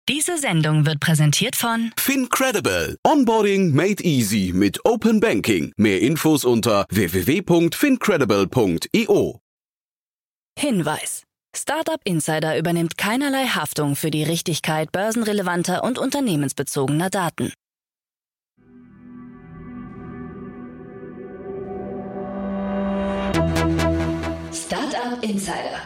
Diese Sendung wird präsentiert von FinCredible. Onboarding made easy mit Open Banking. Mehr Infos unter www.fincredible.io. Hinweis. Startup Insider übernimmt keinerlei Haftung für die Richtigkeit börsenrelevanter und unternehmensbezogener Daten. Startup Insider.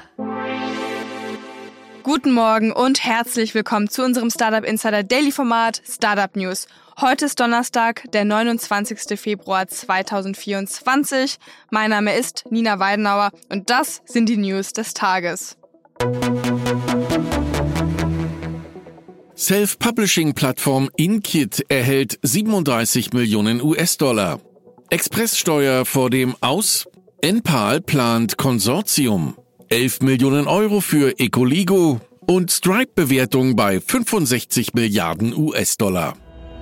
Guten Morgen und herzlich willkommen zu unserem Startup Insider Daily Format Startup News. Heute ist Donnerstag, der 29. Februar 2024. Mein Name ist Nina Weidenauer und das sind die News des Tages. Self-Publishing-Plattform Inkit erhält 37 Millionen US-Dollar. Expresssteuer vor dem Aus. Enpal plant Konsortium. 11 Millionen Euro für Ecoligo und Stripe-Bewertung bei 65 Milliarden US-Dollar.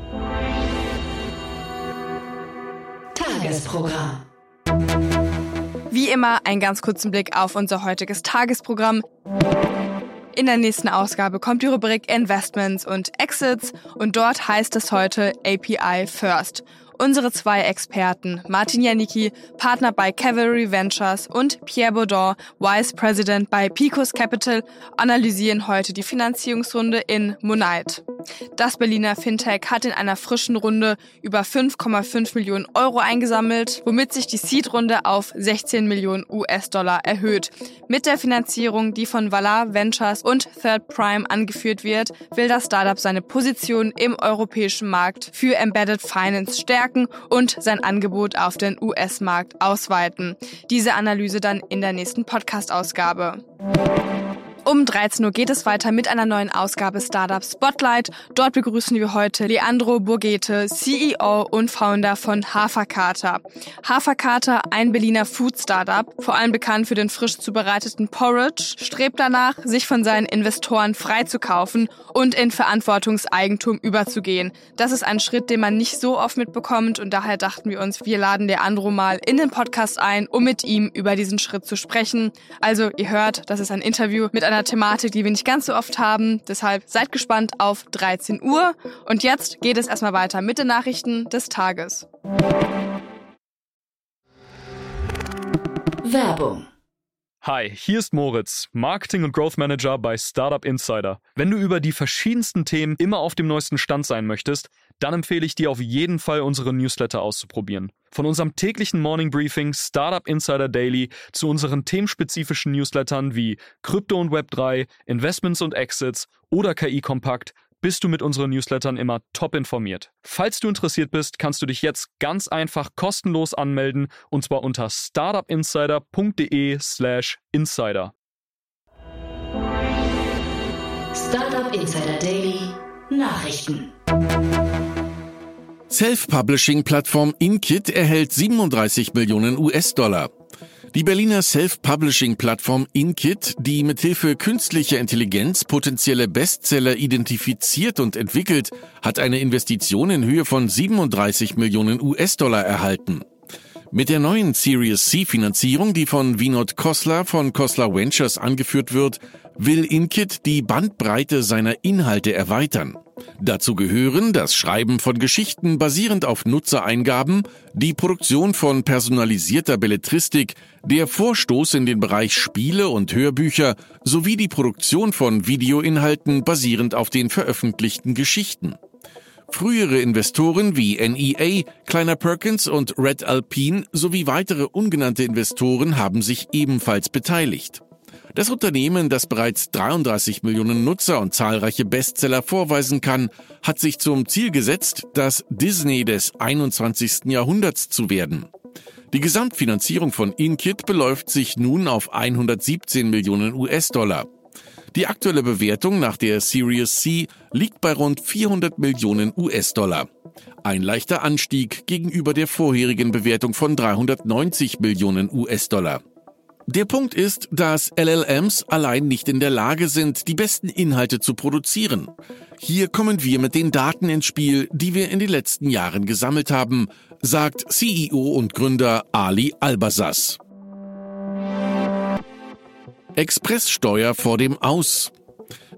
Tagesprogramm. Wie immer einen ganz kurzen Blick auf unser heutiges Tagesprogramm. In der nächsten Ausgabe kommt die Rubrik Investments und Exits und dort heißt es heute API First. Unsere zwei Experten, Martin Janicki, Partner bei Cavalry Ventures und Pierre Baudon, Vice President bei Picos Capital, analysieren heute die Finanzierungsrunde in Monite. Das Berliner Fintech hat in einer frischen Runde über 5,5 Millionen Euro eingesammelt, womit sich die Seed-Runde auf 16 Millionen US-Dollar erhöht. Mit der Finanzierung, die von Valar Ventures und Third Prime angeführt wird, will das Startup seine Position im europäischen Markt für Embedded Finance stärken und sein Angebot auf den US-Markt ausweiten. Diese Analyse dann in der nächsten Podcast-Ausgabe. Um 13 Uhr geht es weiter mit einer neuen Ausgabe Startup Spotlight. Dort begrüßen wir heute Leandro Burgete, CEO und Founder von Haferkater. Haferkater, ein Berliner Food-Startup, vor allem bekannt für den frisch zubereiteten Porridge, strebt danach, sich von seinen Investoren freizukaufen und in Verantwortungseigentum überzugehen. Das ist ein Schritt, den man nicht so oft mitbekommt und daher dachten wir uns, wir laden Leandro mal in den Podcast ein, um mit ihm über diesen Schritt zu sprechen. Also ihr hört, das ist ein Interview mit einer Thematik, die wir nicht ganz so oft haben. Deshalb seid gespannt auf 13 Uhr. Und jetzt geht es erstmal weiter mit den Nachrichten des Tages. Werbung. Hi, hier ist Moritz, Marketing- und Growth Manager bei Startup Insider. Wenn du über die verschiedensten Themen immer auf dem neuesten Stand sein möchtest, dann empfehle ich dir auf jeden Fall unsere Newsletter auszuprobieren. Von unserem täglichen Morning Briefing Startup Insider Daily zu unseren themenspezifischen Newslettern wie Krypto und Web3, Investments und Exits oder KI Kompakt bist du mit unseren Newslettern immer top informiert. Falls du interessiert bist, kannst du dich jetzt ganz einfach kostenlos anmelden und zwar unter startupinsider.de/insider. Startup Insider Daily Nachrichten. Self-Publishing-Plattform Inkit erhält 37 Millionen US-Dollar. Die Berliner Self-Publishing-Plattform Inkit, die mithilfe künstlicher Intelligenz potenzielle Bestseller identifiziert und entwickelt, hat eine Investition in Höhe von 37 Millionen US-Dollar erhalten. Mit der neuen Series C-Finanzierung, die von Vinod Khosla von Khosla Ventures angeführt wird, will Inkit die Bandbreite seiner Inhalte erweitern. Dazu gehören das Schreiben von Geschichten basierend auf Nutzereingaben, die Produktion von personalisierter Belletristik, der Vorstoß in den Bereich Spiele und Hörbücher sowie die Produktion von Videoinhalten basierend auf den veröffentlichten Geschichten. Frühere Investoren wie NEA, Kleiner Perkins und Red Alpine sowie weitere ungenannte Investoren haben sich ebenfalls beteiligt. Das Unternehmen, das bereits 33 Millionen Nutzer und zahlreiche Bestseller vorweisen kann, hat sich zum Ziel gesetzt, das Disney des 21. Jahrhunderts zu werden. Die Gesamtfinanzierung von Inkit beläuft sich nun auf 117 Millionen US-Dollar. Die aktuelle Bewertung nach der Series C liegt bei rund 400 Millionen US-Dollar. Ein leichter Anstieg gegenüber der vorherigen Bewertung von 390 Millionen US-Dollar. Der Punkt ist, dass LLMs allein nicht in der Lage sind, die besten Inhalte zu produzieren. Hier kommen wir mit den Daten ins Spiel, die wir in den letzten Jahren gesammelt haben, sagt CEO und Gründer Ali Albasas. Expresssteuer vor dem Aus.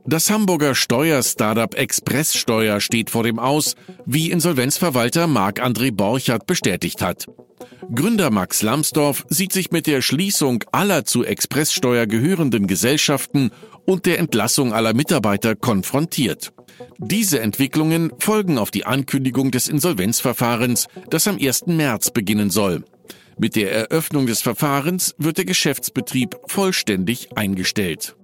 Das Hamburger Steuer-Startup Expresssteuer steht vor dem Aus, wie Insolvenzverwalter Marc-André Borchardt bestätigt hat. Gründer Max Lambsdorff sieht sich mit der Schließung aller zu Expresssteuer gehörenden Gesellschaften und der Entlassung aller Mitarbeiter konfrontiert. Diese Entwicklungen folgen auf die Ankündigung des Insolvenzverfahrens, das am 1. März beginnen soll. Mit der Eröffnung des Verfahrens wird der Geschäftsbetrieb vollständig eingestellt.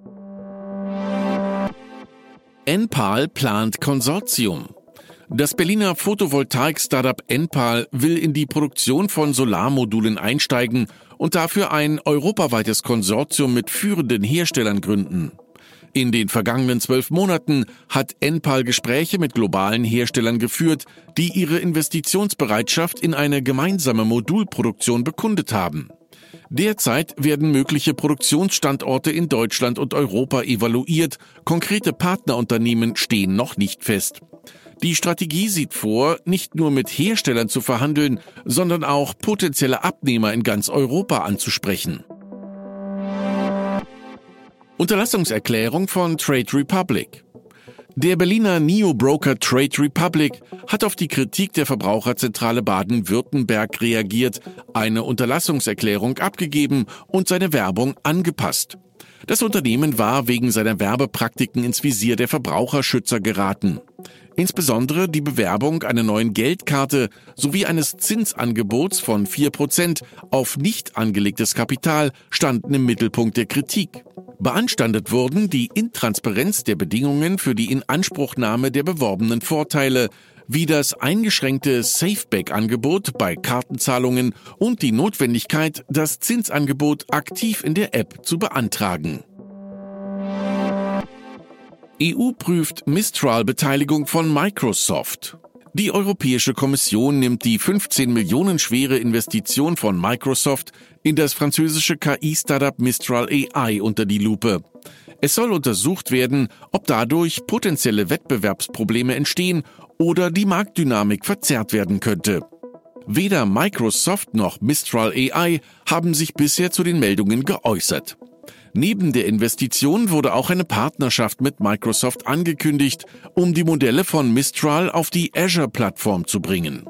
Enpal plant Konsortium. Das Berliner Photovoltaik-Startup Enpal will in die Produktion von Solarmodulen einsteigen und dafür ein europaweites Konsortium mit führenden Herstellern gründen. In den vergangenen 12 Monaten hat Enpal Gespräche mit globalen Herstellern geführt, die ihre Investitionsbereitschaft in eine gemeinsame Modulproduktion bekundet haben. Derzeit werden mögliche Produktionsstandorte in Deutschland und Europa evaluiert, konkrete Partnerunternehmen stehen noch nicht fest. Die Strategie sieht vor, nicht nur mit Herstellern zu verhandeln, sondern auch potenzielle Abnehmer in ganz Europa anzusprechen. Unterlassungserklärung von Trade Republic. Der Berliner Neo-Broker Trade Republic hat auf die Kritik der Verbraucherzentrale Baden-Württemberg reagiert, eine Unterlassungserklärung abgegeben und seine Werbung angepasst. Das Unternehmen war wegen seiner Werbepraktiken ins Visier der Verbraucherschützer geraten. Insbesondere die Bewerbung einer neuen Geldkarte sowie eines Zinsangebots von 4% auf nicht angelegtes Kapital standen im Mittelpunkt der Kritik. Beanstandet wurden die Intransparenz der Bedingungen für die Inanspruchnahme der beworbenen Vorteile, wie das eingeschränkte Safeback-Angebot bei Kartenzahlungen und die Notwendigkeit, das Zinsangebot aktiv in der App zu beantragen. EU prüft Mistral-Beteiligung von Microsoft. Die Europäische Kommission nimmt die 15 Millionen schwere Investition von Microsoft in das französische KI-Startup Mistral AI unter die Lupe. Es soll untersucht werden, ob dadurch potenzielle Wettbewerbsprobleme entstehen oder die Marktdynamik verzerrt werden könnte. Weder Microsoft noch Mistral AI haben sich bisher zu den Meldungen geäußert. Neben der Investition wurde auch eine Partnerschaft mit Microsoft angekündigt, um die Modelle von Mistral auf die Azure-Plattform zu bringen.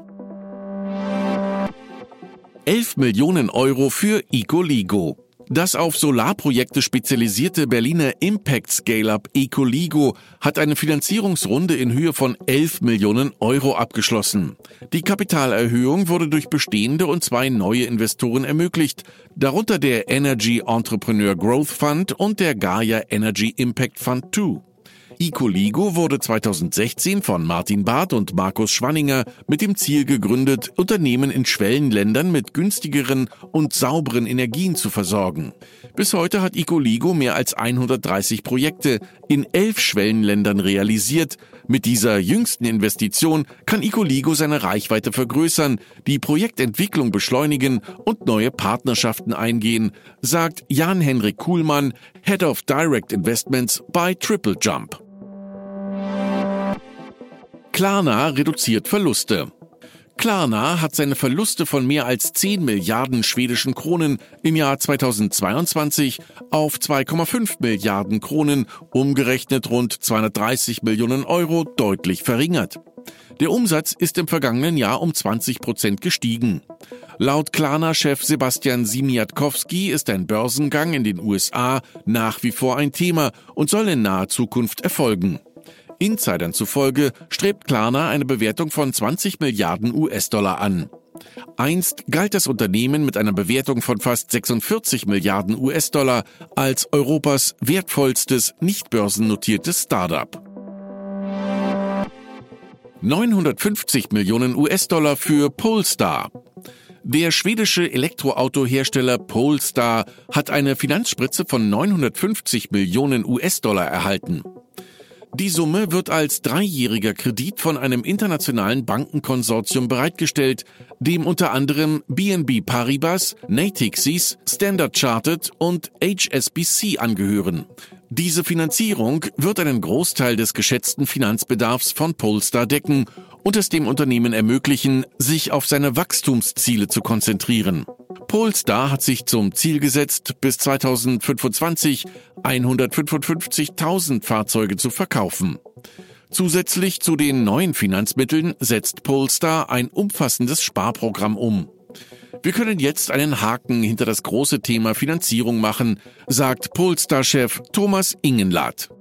11 Millionen Euro für Ecoligo. Das auf Solarprojekte spezialisierte Berliner Impact-Scale-Up Ecoligo hat eine Finanzierungsrunde in Höhe von 11 Millionen Euro abgeschlossen. Die Kapitalerhöhung wurde durch bestehende und 2 neue Investoren ermöglicht, darunter der Energy Entrepreneur Growth Fund und der Gaia Energy Impact Fund II. Ecoligo wurde 2016 von Martin Barth und Markus Schwanninger mit dem Ziel gegründet, Unternehmen in Schwellenländern mit günstigeren und sauberen Energien zu versorgen. Bis heute hat Ecoligo mehr als 130 Projekte in 11 Schwellenländern realisiert. Mit dieser jüngsten Investition kann Ecoligo seine Reichweite vergrößern, die Projektentwicklung beschleunigen und neue Partnerschaften eingehen, sagt Jan-Henrik Kuhlmann, Head of Direct Investments bei Triple Jump. Klarna reduziert Verluste. Klarna hat seine Verluste von mehr als 10 Milliarden schwedischen Kronen im Jahr 2022 auf 2,5 Milliarden Kronen, umgerechnet rund 230 Millionen Euro, deutlich verringert. Der Umsatz ist im vergangenen Jahr um 20% gestiegen. Laut Klarna-Chef Sebastian Simiatkowski ist ein Börsengang in den USA nach wie vor ein Thema und soll in naher Zukunft erfolgen. Insidern zufolge strebt Klarna eine Bewertung von 20 Milliarden US-Dollar an. Einst galt das Unternehmen mit einer Bewertung von fast 46 Milliarden US-Dollar als Europas wertvollstes nicht börsennotiertes Startup. 950 Millionen US-Dollar für Polestar. Der schwedische Elektroautohersteller Polestar hat eine Finanzspritze von 950 Millionen US-Dollar erhalten. Die Summe wird als 3-jähriger Kredit von einem internationalen Bankenkonsortium bereitgestellt, dem unter anderem BNP Paribas, Natixis, Standard Chartered und HSBC angehören. Diese Finanzierung wird einen Großteil des geschätzten Finanzbedarfs von Polestar decken und es dem Unternehmen ermöglichen, sich auf seine Wachstumsziele zu konzentrieren. Polestar hat sich zum Ziel gesetzt, bis 2025 155.000 Fahrzeuge zu verkaufen. Zusätzlich zu den neuen Finanzmitteln setzt Polestar ein umfassendes Sparprogramm um. Wir können jetzt einen Haken hinter das große Thema Finanzierung machen, sagt Polestar-Chef Thomas Ingenlath.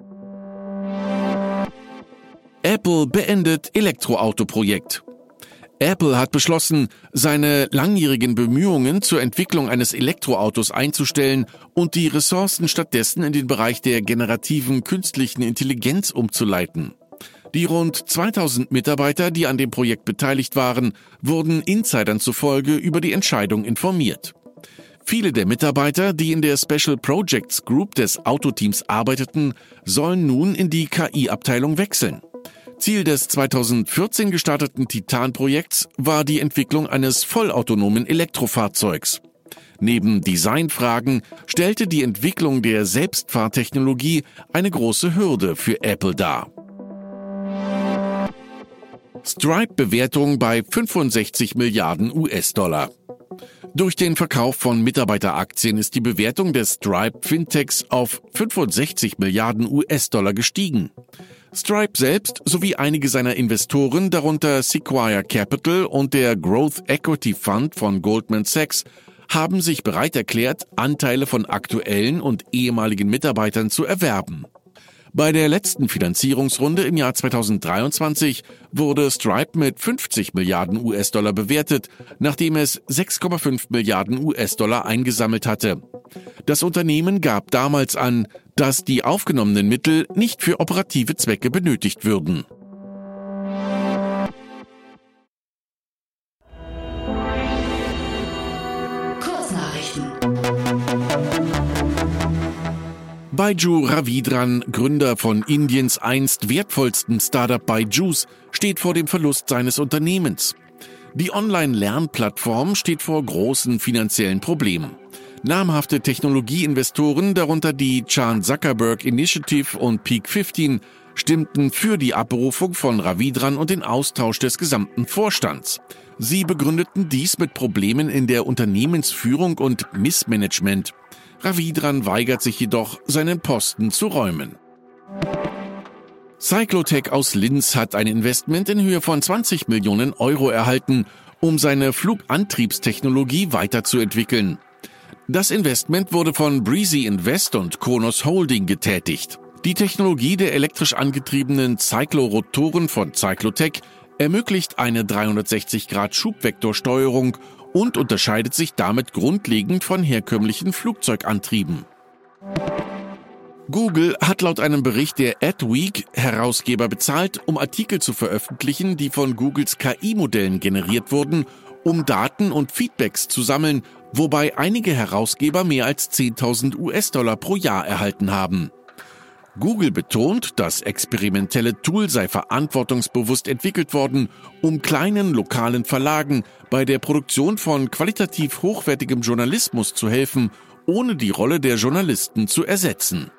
Apple beendet Elektroauto-Projekt. Apple hat beschlossen, seine langjährigen Bemühungen zur Entwicklung eines Elektroautos einzustellen und die Ressourcen stattdessen in den Bereich der generativen künstlichen Intelligenz umzuleiten. Die rund 2000 Mitarbeiter, die an dem Projekt beteiligt waren, wurden Insidern zufolge über die Entscheidung informiert. Viele der Mitarbeiter, die in der Special Projects Group des Autoteams arbeiteten, sollen nun in die KI-Abteilung wechseln. Ziel des 2014 gestarteten Titan-Projekts war die Entwicklung eines vollautonomen Elektrofahrzeugs. Neben Designfragen stellte die Entwicklung der Selbstfahrtechnologie eine große Hürde für Apple dar. Stripe-Bewertung bei 65 Milliarden US-Dollar. Durch den Verkauf von Mitarbeiteraktien ist die Bewertung des Stripe-Fintechs auf 65 Milliarden US-Dollar gestiegen. Stripe selbst sowie einige seiner Investoren, darunter Sequoia Capital und der Growth Equity Fund von Goldman Sachs, haben sich bereit erklärt, Anteile von aktuellen und ehemaligen Mitarbeitern zu erwerben. Bei der letzten Finanzierungsrunde im Jahr 2023 wurde Stripe mit 50 Milliarden US-Dollar bewertet, nachdem es 6,5 Milliarden US-Dollar eingesammelt hatte. Das Unternehmen gab damals an, dass die aufgenommenen Mittel nicht für operative Zwecke benötigt würden. Kurznachrichten. Baiju Ravidran, Gründer von Indiens einst wertvollsten Startup Byju's, steht vor dem Verlust seines Unternehmens. Die Online-Lernplattform steht vor großen finanziellen Problemen. Namhafte Technologieinvestoren, darunter die Chan Zuckerberg Initiative und Peak 15, stimmten für die Abberufung von Ravidran und den Austausch des gesamten Vorstands. Sie begründeten dies mit Problemen in der Unternehmensführung und Missmanagement. Ravidran weigert sich jedoch, seinen Posten zu räumen. Cyclotech aus Linz hat ein Investment in Höhe von 20 Millionen Euro erhalten, um seine Flugantriebstechnologie weiterzuentwickeln. Das Investment wurde von Breezy Invest und Kronos Holding getätigt. Die Technologie der elektrisch angetriebenen Cyclorotoren von Cyclotech ermöglicht eine 360-Grad-Schubvektorsteuerung und unterscheidet sich damit grundlegend von herkömmlichen Flugzeugantrieben. Google hat laut einem Bericht der Adweek Herausgeber bezahlt, um Artikel zu veröffentlichen, die von Googles KI-Modellen generiert wurden, um Daten und Feedbacks zu sammeln, wobei einige Herausgeber mehr als 10.000 US-Dollar pro Jahr erhalten haben. Google betont, das experimentelle Tool sei verantwortungsbewusst entwickelt worden, um kleinen lokalen Verlagen bei der Produktion von qualitativ hochwertigem Journalismus zu helfen, ohne die Rolle der Journalisten zu ersetzen.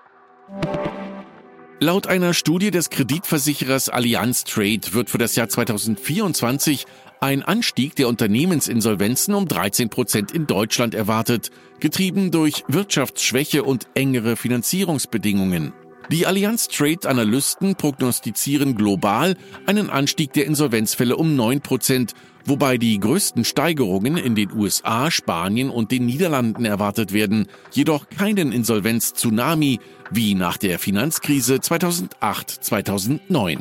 Laut einer Studie des Kreditversicherers Allianz Trade wird für das Jahr 2024 ein Anstieg der Unternehmensinsolvenzen um 13% in Deutschland erwartet, getrieben durch Wirtschaftsschwäche und engere Finanzierungsbedingungen. Die Allianz Trade Analysten prognostizieren global einen Anstieg der Insolvenzfälle um 9%, wobei die größten Steigerungen in den USA, Spanien und den Niederlanden erwartet werden, jedoch keinen Insolvenz-Tsunami wie nach der Finanzkrise 2008-2009.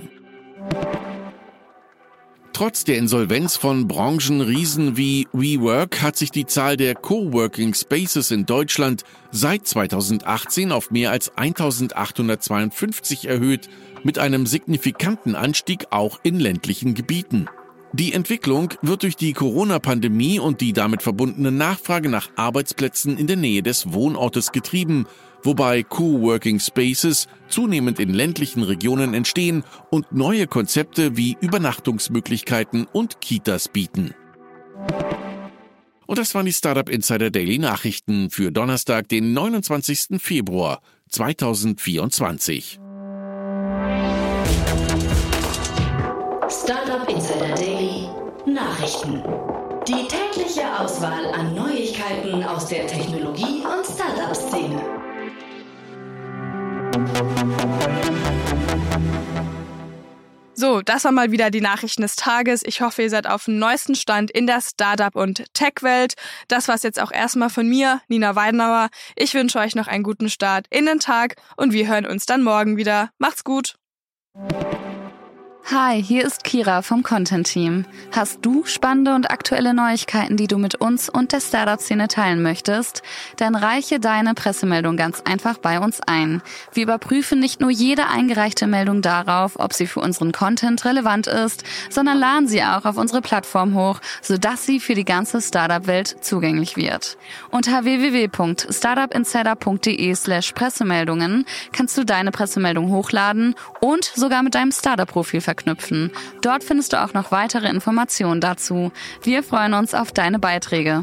Trotz der Insolvenz von Branchenriesen wie WeWork hat sich die Zahl der Coworking Spaces in Deutschland seit 2018 auf mehr als 1.852 erhöht, mit einem signifikanten Anstieg auch in ländlichen Gebieten. Die Entwicklung wird durch die Corona-Pandemie und die damit verbundene Nachfrage nach Arbeitsplätzen in der Nähe des Wohnortes getrieben, wobei Coworking Spaces zunehmend in ländlichen Regionen entstehen und neue Konzepte wie Übernachtungsmöglichkeiten und Kitas bieten. Und das waren die Startup Insider Daily Nachrichten für Donnerstag, den 29. Februar 2024. Startup Insider Daily Nachrichten. Die tägliche Auswahl an Neuigkeiten aus der Technologie- und Startup-Szene. So, das waren mal wieder die Nachrichten des Tages. Ich hoffe, ihr seid auf dem neuesten Stand in der Startup- und Tech-Welt. Das war's jetzt auch erstmal von mir, Nina Weidenauer. Ich wünsche euch noch einen guten Start in den Tag und wir hören uns dann morgen wieder. Macht's gut! Hi, hier ist Kira vom Content-Team. Hast du spannende und aktuelle Neuigkeiten, die du mit uns und der Startup-Szene teilen möchtest? Dann reiche deine Pressemeldung ganz einfach bei uns ein. Wir überprüfen nicht nur jede eingereichte Meldung darauf, ob sie für unseren Content relevant ist, sondern laden sie auch auf unsere Plattform hoch, sodass sie für die ganze Startup-Welt zugänglich wird. Unter www.startupinsider.de/Pressemeldungen kannst du deine Pressemeldung hochladen und sogar mit deinem Startup-Profil verknüpfen. Dort findest du auch noch weitere Informationen dazu. Wir freuen uns auf deine Beiträge.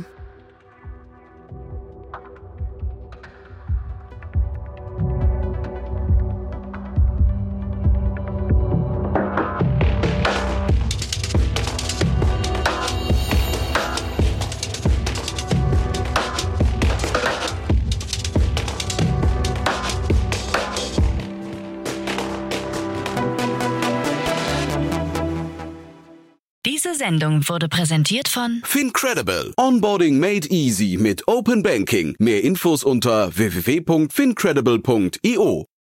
Diese Sendung wurde präsentiert von FinCredible. Onboarding made easy mit Open Banking. Mehr Infos unter www.fincredible.io.